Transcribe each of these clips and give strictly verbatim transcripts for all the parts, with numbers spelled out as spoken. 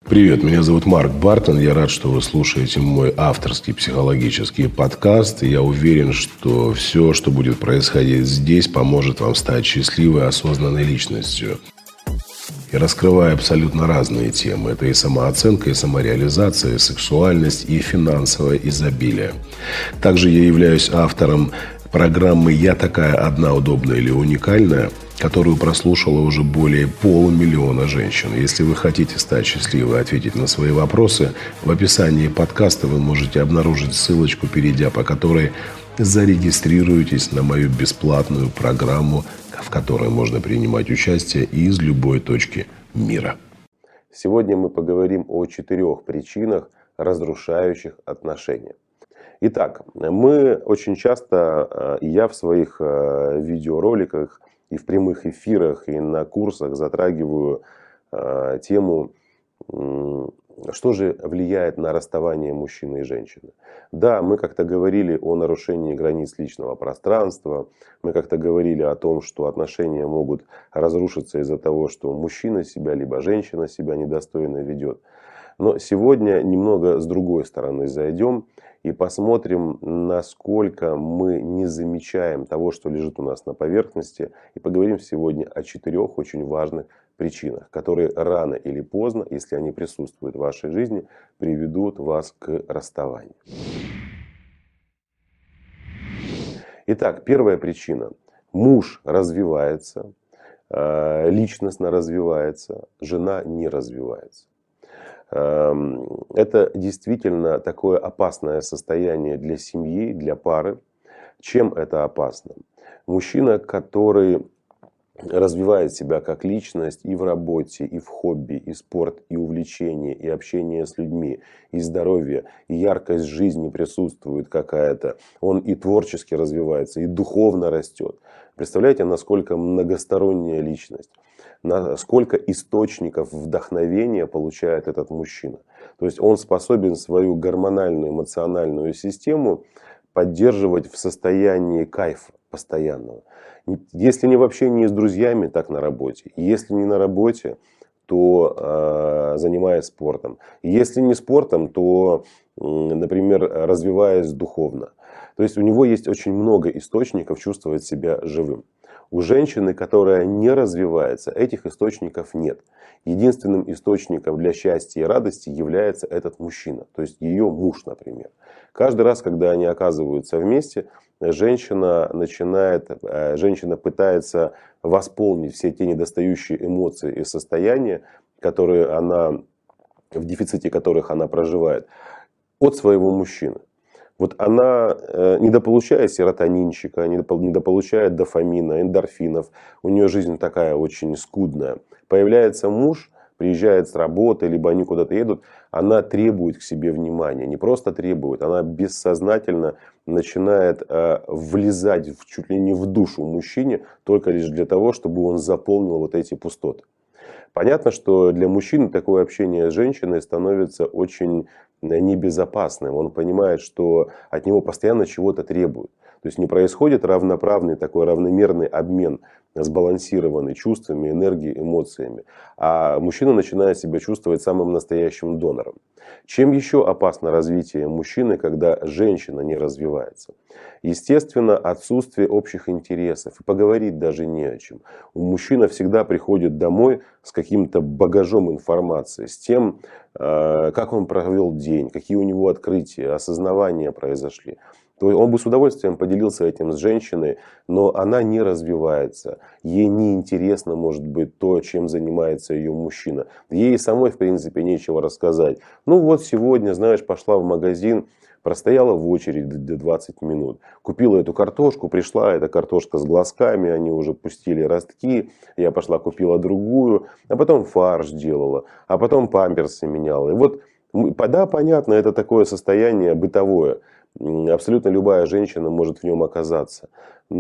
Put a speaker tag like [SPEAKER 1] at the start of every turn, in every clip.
[SPEAKER 1] Привет, меня зовут Марк Бартон. Я рад, что вы слушаете мой авторский психологический подкаст. И я уверен, что все, что будет происходить здесь, поможет вам стать счастливой, осознанной личностью. Я раскрываю абсолютно разные темы. Это и самооценка, и самореализация, и сексуальность, и финансовое изобилие. Также я являюсь автором программы «Я такая одна, удобная или уникальная», которую прослушало уже более полумиллиона женщин. Если вы хотите стать счастливой и ответить на свои вопросы, в описании подкаста вы можете обнаружить ссылочку, перейдя по которой зарегистрируетесь на мою бесплатную программу, в которой можно принимать участие из любой точки мира.
[SPEAKER 2] Сегодня мы поговорим о четырех причинах, разрушающих отношения. Итак, мы очень часто, и я в своих видеороликах, и в прямых эфирах, и на курсах затрагиваю э, тему, э, что же влияет на расставание мужчины и женщины. Да, мы как-то говорили о нарушении границ личного пространства, мы как-то говорили о том, что отношения могут разрушиться из-за того, что мужчина себя, либо женщина себя недостойно ведет. Но сегодня немного с другой стороны зайдем и посмотрим, насколько мы не замечаем того, что лежит у нас на поверхности. И поговорим сегодня о четырех очень важных причинах, которые рано или поздно, если они присутствуют в вашей жизни, приведут вас к расставанию. Итак, первая причина. Муж развивается, личностно развивается, жена не развивается. Это действительно такое опасное состояние для семьи, для пары. Чем это опасно? Мужчина, который развивает себя как личность и в работе, и в хобби, и спорт, и увлечение, и общение с людьми, и здоровье, и яркость жизни присутствует какая-то. Он и творчески развивается, и духовно растет. Представляете, насколько многосторонняя личность. Сколько источников вдохновения получает этот мужчина. То есть он способен свою гормональную, эмоциональную систему поддерживать в состоянии кайфа постоянного. Если не в общении с друзьями, так на работе. Если не на работе, то э, занимаясь спортом. Если не спортом, то, э, например, развиваясь духовно. То есть у него есть очень много источников чувствовать себя живым. У женщины, которая не развивается, этих источников нет. Единственным источником для счастья и радости является этот мужчина, то есть ее муж, например. Каждый раз, когда они оказываются вместе, женщина начинает, женщина пытается восполнить все те недостающие эмоции и состояния, которые она, в дефиците которых она проживает, от своего мужчины. Вот она недополучает серотонинчика, недополучает дофамина, эндорфинов. У нее жизнь такая очень скудная. Появляется муж, приезжает с работы, либо они куда-то едут. Она требует к себе внимания. Не просто требует, она бессознательно начинает влезать в, чуть ли не в душу мужчине, только лишь для того, чтобы он заполнил вот эти пустоты. Понятно, что для мужчины такое общение с женщиной становится очень небезопасным. Он понимает, что от него постоянно чего-то требуют. То есть не происходит равноправный такой равномерный обмен, сбалансированный чувствами, энергией, эмоциями. А мужчина начинает себя чувствовать самым настоящим донором. Чем еще опасно развитие мужчины, когда женщина не развивается? Естественно, отсутствие общих интересов. И поговорить даже не о чем. У мужчины всегда приходит домой с каким-то багажом информации, с тем, как он провел день, какие у него открытия, осознавания произошли. То есть он бы с удовольствием поделился этим с женщиной, но она не развивается. Ей не интересно, может быть, то, чем занимается ее мужчина. Ей самой, в принципе, нечего рассказать. Ну вот сегодня, знаешь, пошла в магазин, простояла в очереди до двадцати минут. Купила эту картошку, пришла эта картошка с глазками, они уже пустили ростки. Я пошла купила другую, а потом фарш делала, а потом памперсы меняла. И вот, да, понятно, это такое состояние бытовое. Абсолютно любая женщина может в нем оказаться.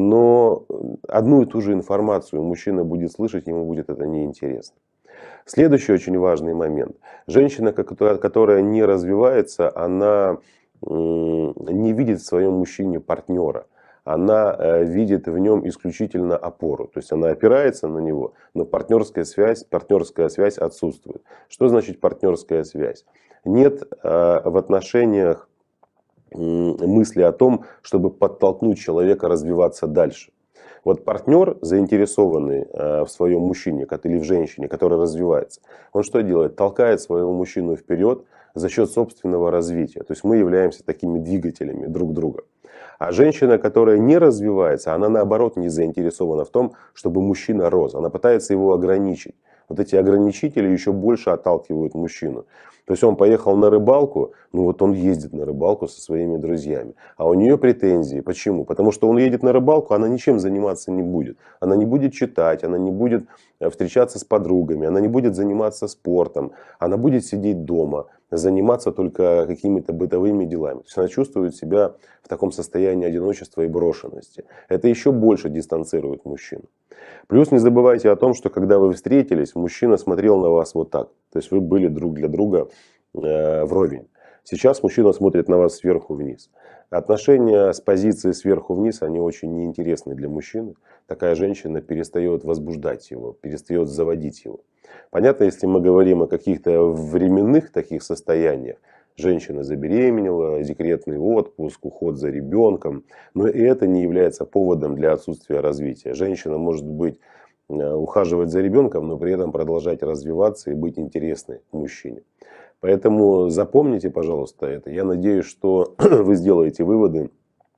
[SPEAKER 2] Но одну и ту же информацию мужчина будет слышать, ему будет это неинтересно. Следующий очень важный момент. Женщина, которая не развивается, она не видит в своем мужчине партнера. она видит в нем исключительно опору. То есть она опирается на него, но партнерская связь, партнерская связь отсутствует. Что значит партнерская связь? Нет в отношениях мысли о том, чтобы подтолкнуть человека развиваться дальше. Вот партнер, заинтересованный в своем мужчине или в женщине, который развивается, он что делает? Толкает своего мужчину вперед за счет собственного развития. То есть мы являемся такими двигателями друг друга. А женщина, которая не развивается, она наоборот не заинтересована в том, чтобы мужчина рос. Она пытается его ограничить. Вот эти ограничители еще больше отталкивают мужчину. То есть он поехал на рыбалку, ну вот он ездит на рыбалку со своими друзьями. А у нее претензии. Почему? Потому что он едет на рыбалку, она ничем заниматься не будет. Она не будет читать, она не будет встречаться с подругами, она не будет заниматься спортом. Она будет сидеть дома, заниматься только какими-то бытовыми делами. То есть она чувствует себя в таком состоянии одиночества и брошенности. Это еще больше дистанцирует мужчину. Плюс не забывайте о том, что когда вы встретились, мужчина смотрел на вас вот так. То есть вы были друг для друга э, вровень. Сейчас мужчина смотрит на вас сверху вниз. Отношения с позиции сверху вниз, они очень неинтересны для мужчины. Такая женщина перестает возбуждать его, перестает заводить его. Понятно, если мы говорим о каких-то временных таких состояниях, женщина забеременела, декретный отпуск, уход за ребенком, но и это не является поводом для отсутствия развития. Женщина может быть ухаживать за ребенком, но при этом продолжать развиваться и быть интересной мужчине. Поэтому запомните, пожалуйста, это. Я надеюсь, что вы сделаете выводы.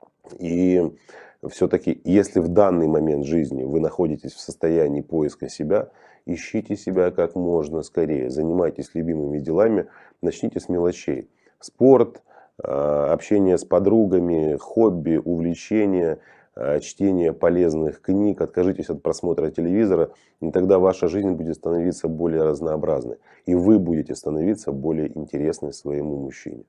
[SPEAKER 2] И все-таки, если в данный момент жизни вы находитесь в состоянии поиска себя, ищите себя как можно скорее. Занимайтесь любимыми делами. Начните с мелочей. Спорт, общение с подругами, хобби, увлечения, чтение полезных книг, откажитесь от просмотра телевизора, и тогда ваша жизнь будет становиться более разнообразной. И вы будете становиться более интересной своему мужчине.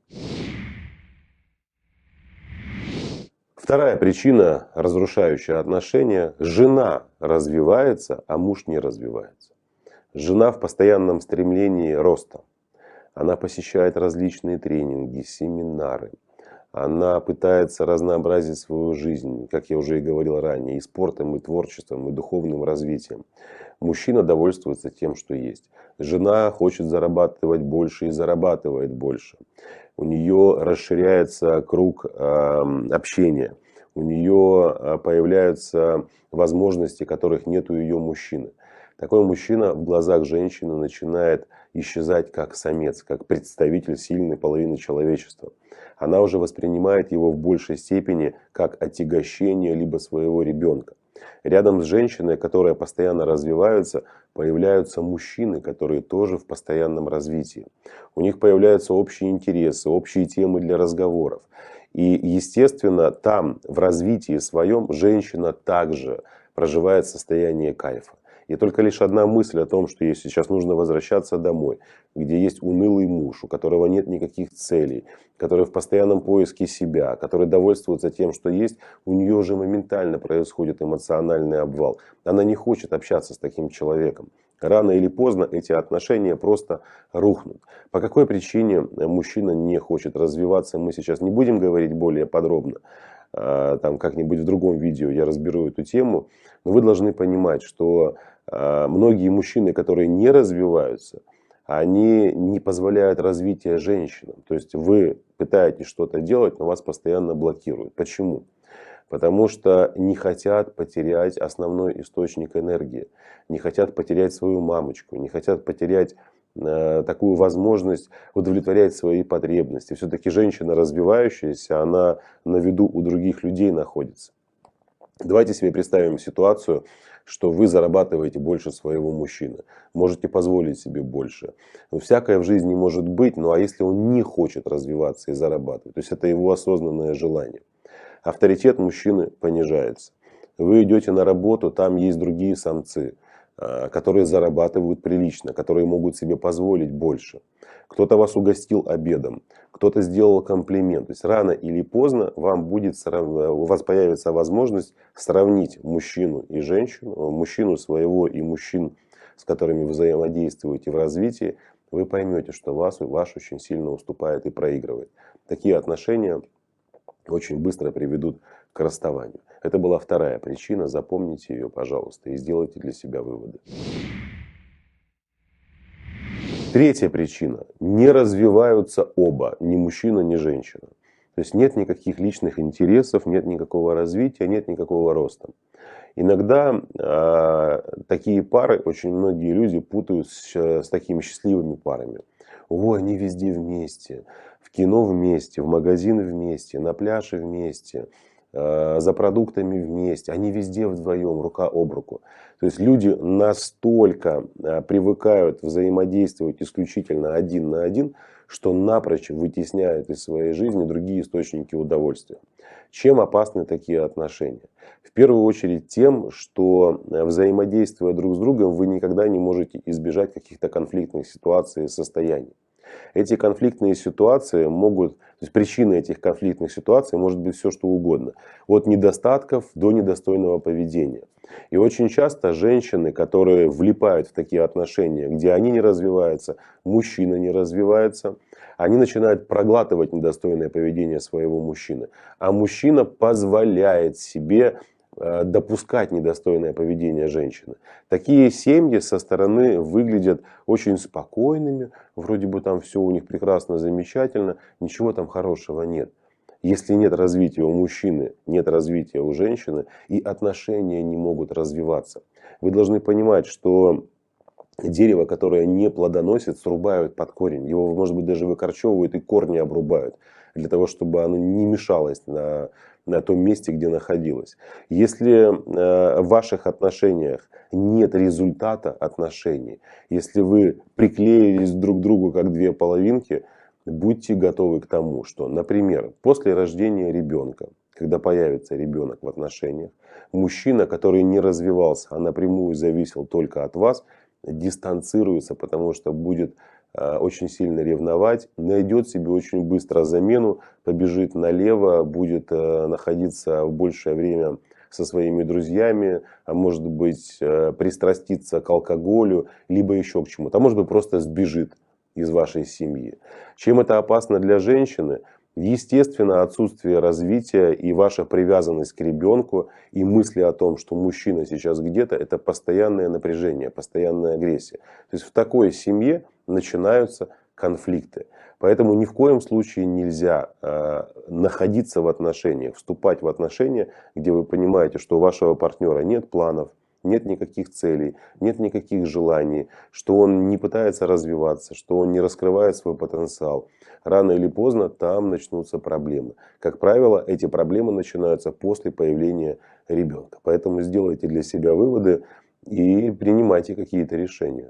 [SPEAKER 2] Вторая причина, разрушающая отношения. Жена развивается, а муж не развивается. Жена в постоянном стремлении роста. Она посещает различные тренинги, семинары. Она пытается разнообразить свою жизнь, как я уже и говорил ранее, и спортом, и творчеством, и духовным развитием. Мужчина довольствуется тем, что есть. Жена хочет зарабатывать больше и зарабатывает больше. У нее расширяется круг э, общения. У нее появляются возможности, которых нет у ее мужчины. Такой мужчина в глазах женщины начинает исчезать как самец, как представитель сильной половины человечества. Она уже воспринимает его в большей степени как отягощение либо своего ребенка. Рядом с женщиной, которая постоянно развивается, появляются мужчины, которые тоже в постоянном развитии. У них появляются общие интересы, общие темы для разговоров. И, естественно, там, в развитии своем, женщина также проживает состояние кайфа. И только лишь одна мысль о том, что ей сейчас нужно возвращаться домой, где есть унылый муж, у которого нет никаких целей, который в постоянном поиске себя, который довольствуется тем, что есть, у нее уже моментально происходит эмоциональный обвал. Она не хочет общаться с таким человеком. Рано или поздно эти отношения просто рухнут. По какой причине мужчина не хочет развиваться, мы сейчас не будем говорить более подробно. Там как-нибудь в другом видео я разберу эту тему. Но вы должны понимать, что многие мужчины, которые не развиваются, они не позволяют развития женщинам. То есть вы пытаетесь что-то делать, но вас постоянно блокируют. Почему? Потому что не хотят потерять основной источник энергии. Не хотят потерять свою мамочку. Не хотят потерять э, такую возможность удовлетворять свои потребности. Все-таки женщина развивающаяся, она на виду у других людей находится. Давайте себе представим ситуацию, что вы зарабатываете больше своего мужчины. Можете позволить себе больше. Но всякое в жизни может быть, ну а если он не хочет развиваться и зарабатывать? То есть это его осознанное желание. Авторитет мужчины понижается. Вы идете на работу, там есть другие самцы, которые зарабатывают прилично, которые могут себе позволить больше. Кто-то вас угостил обедом, кто-то сделал комплимент. То есть рано или поздно вам будет, у вас появится возможность сравнить мужчину и женщину, мужчину своего и мужчин, с которыми вы взаимодействуете в развитии. Вы поймете, что вас, ваш очень сильно уступает и проигрывает. Такие отношения очень быстро приведут к расставанию. Это была вторая причина, запомните ее, пожалуйста, и сделайте для себя выводы. Третья причина. Не развиваются оба, ни мужчина, ни женщина. То есть нет никаких личных интересов, нет никакого развития, нет никакого роста. Иногда э, такие пары, очень многие люди путают с, с такими счастливыми парами. О, они везде вместе, в кино вместе, в магазин вместе, на пляже вместе, э, за продуктами вместе. Они везде вдвоем, рука об руку. То есть люди настолько э, привыкают взаимодействовать исключительно один на один, что напрочь вытесняют из своей жизни другие источники удовольствия. Чем опасны такие отношения? В первую очередь тем, что взаимодействуя друг с другом, вы никогда не можете избежать каких-то конфликтных ситуаций и состояний. Эти конфликтные ситуации могут, то есть причиной этих конфликтных ситуаций может быть все что угодно. От недостатков до недостойного поведения. И очень часто женщины, которые влипают в такие отношения, где они не развиваются, мужчина не развивается, они начинают проглатывать недостойное поведение своего мужчины. А мужчина позволяет себе допускать недостойное поведение женщины. Такие семьи со стороны выглядят очень спокойными, вроде бы там все у них прекрасно, замечательно, ничего там хорошего нет. Если нет развития у мужчины, нет развития у женщины, и отношения не могут развиваться. Вы должны понимать, что дерево, которое не плодоносит, срубают под корень. Его, может быть, даже выкорчевывают и корни обрубают, для того, чтобы оно не мешалось на, на том месте, где находилось. Если э, в ваших отношениях нет результата отношений, если вы приклеились друг к другу как две половинки, будьте готовы к тому, что, например, после рождения ребенка, когда появится ребенок в отношениях, мужчина, который не развивался, а напрямую зависел только от вас, дистанцируется, потому что будет э, очень сильно ревновать, найдет себе очень быстро замену, побежит налево, будет э, находиться в большее время со своими друзьями, а может быть э, пристраститься к алкоголю, либо еще к чему-то, а может быть просто сбежит из вашей семьи. Чем это опасно для женщины? Естественно, отсутствие развития и ваша привязанность к ребенку и мысли о том, что мужчина сейчас где-то, это постоянное напряжение, постоянная агрессия. То есть в такой семье начинаются конфликты. Поэтому ни в коем случае нельзя э, находиться в отношениях, вступать в отношения, где вы понимаете, что у вашего партнера нет планов, нет никаких целей, нет никаких желаний, что он не пытается развиваться, что он не раскрывает свой потенциал. Рано или поздно там начнутся проблемы. Как правило, эти проблемы начинаются после появления ребенка. Поэтому сделайте для себя выводы и принимайте какие-то решения.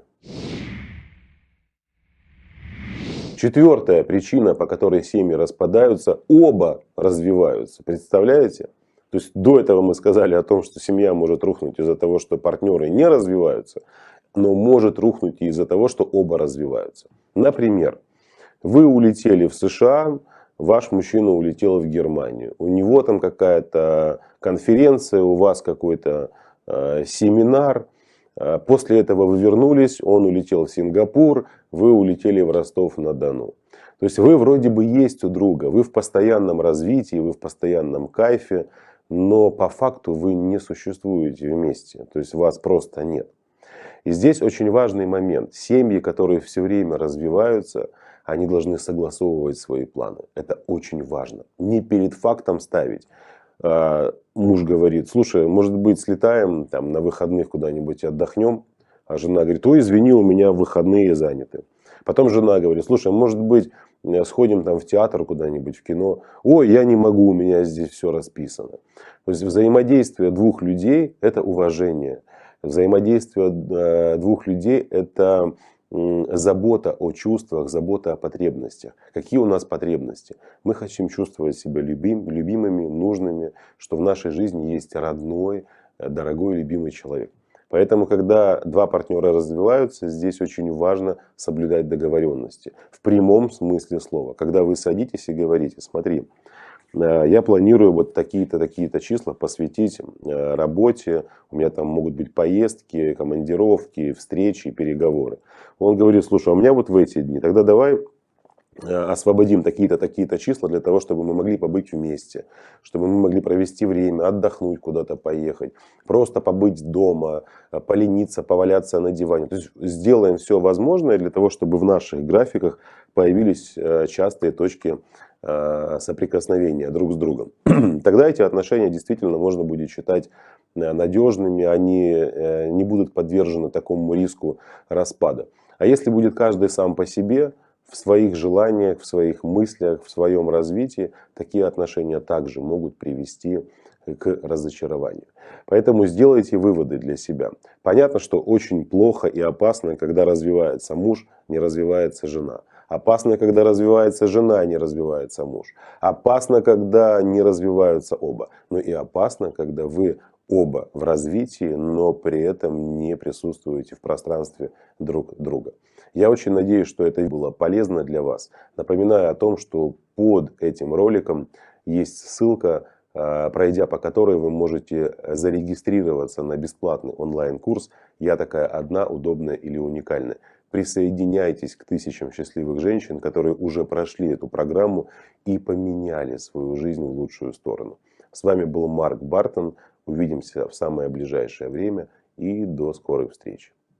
[SPEAKER 2] Четвертая причина, по которой семьи распадаются, оба развиваются. Представляете? То есть до этого мы сказали о том, что семья может рухнуть из-за того, что партнеры не развиваются, но может рухнуть и из-за того, что оба развиваются. Например, вы улетели в США, ваш мужчина улетел в Германию. У него там какая-то конференция, у вас какой-то э, семинар. После этого вы вернулись, он улетел в Сингапур, вы улетели в Ростов-на-Дону. То есть вы вроде бы есть у друга, вы в постоянном развитии, вы в постоянном кайфе, но по факту вы не существуете вместе, то есть вас просто нет. И здесь очень важный момент. Семьи, которые все время развиваются, они должны согласовывать свои планы. Это очень важно. Не перед фактом ставить. Муж говорит: слушай, может быть, слетаем там, на выходных куда-нибудь отдохнем? А жена говорит: ой, извини, у меня выходные заняты. Потом жена говорит: слушай, может быть, сходим там в театр куда-нибудь, в кино? Ой, я не могу, у меня здесь все расписано. То есть взаимодействие двух людей – это уважение. Взаимодействие двух людей – это забота о чувствах, забота о потребностях. Какие у нас потребности? Мы хотим чувствовать себя любим, любимыми, нужными, что в нашей жизни есть родной, дорогой, любимый человек. Поэтому, когда два партнера развиваются, здесь очень важно соблюдать договоренности. В прямом смысле слова. Когда вы садитесь и говорите: смотри, я планирую вот такие-то, такие-то числа посвятить работе, у меня там могут быть поездки, командировки, встречи, переговоры. Он говорит: слушай, а у меня вот в эти дни, тогда давай освободим такие-то, такие-то числа для того, чтобы мы могли побыть вместе, чтобы мы могли провести время, отдохнуть, куда-то поехать, просто побыть дома, полениться, поваляться на диване. То есть сделаем все возможное для того, чтобы в наших графиках появились частые точки соприкосновения друг с другом. Тогда эти отношения действительно можно будет считать надежными, они не будут подвержены такому риску распада. А если будет каждый сам по себе, в своих желаниях, в своих мыслях, в своем развитии, такие отношения также могут привести к разочарованию. Поэтому сделайте выводы для себя. Понятно, что очень плохо и опасно, когда развивается муж, не развивается жена. Опасно, когда развивается жена, не развивается муж. Опасно, когда не развиваются оба. Но и опасно, когда вы оба в развитии, но при этом не присутствуете в пространстве друг друга. Я очень надеюсь, что это было полезно для вас. Напоминаю о том, что под этим роликом есть ссылка, пройдя по которой вы можете зарегистрироваться на бесплатный онлайн-курс «Я такая одна, удобная или уникальная». Присоединяйтесь к тысячам счастливых женщин, которые уже прошли эту программу и поменяли свою жизнь в лучшую сторону. С вами был Марк Бартон. Увидимся в самое ближайшее время и до скорой встречи.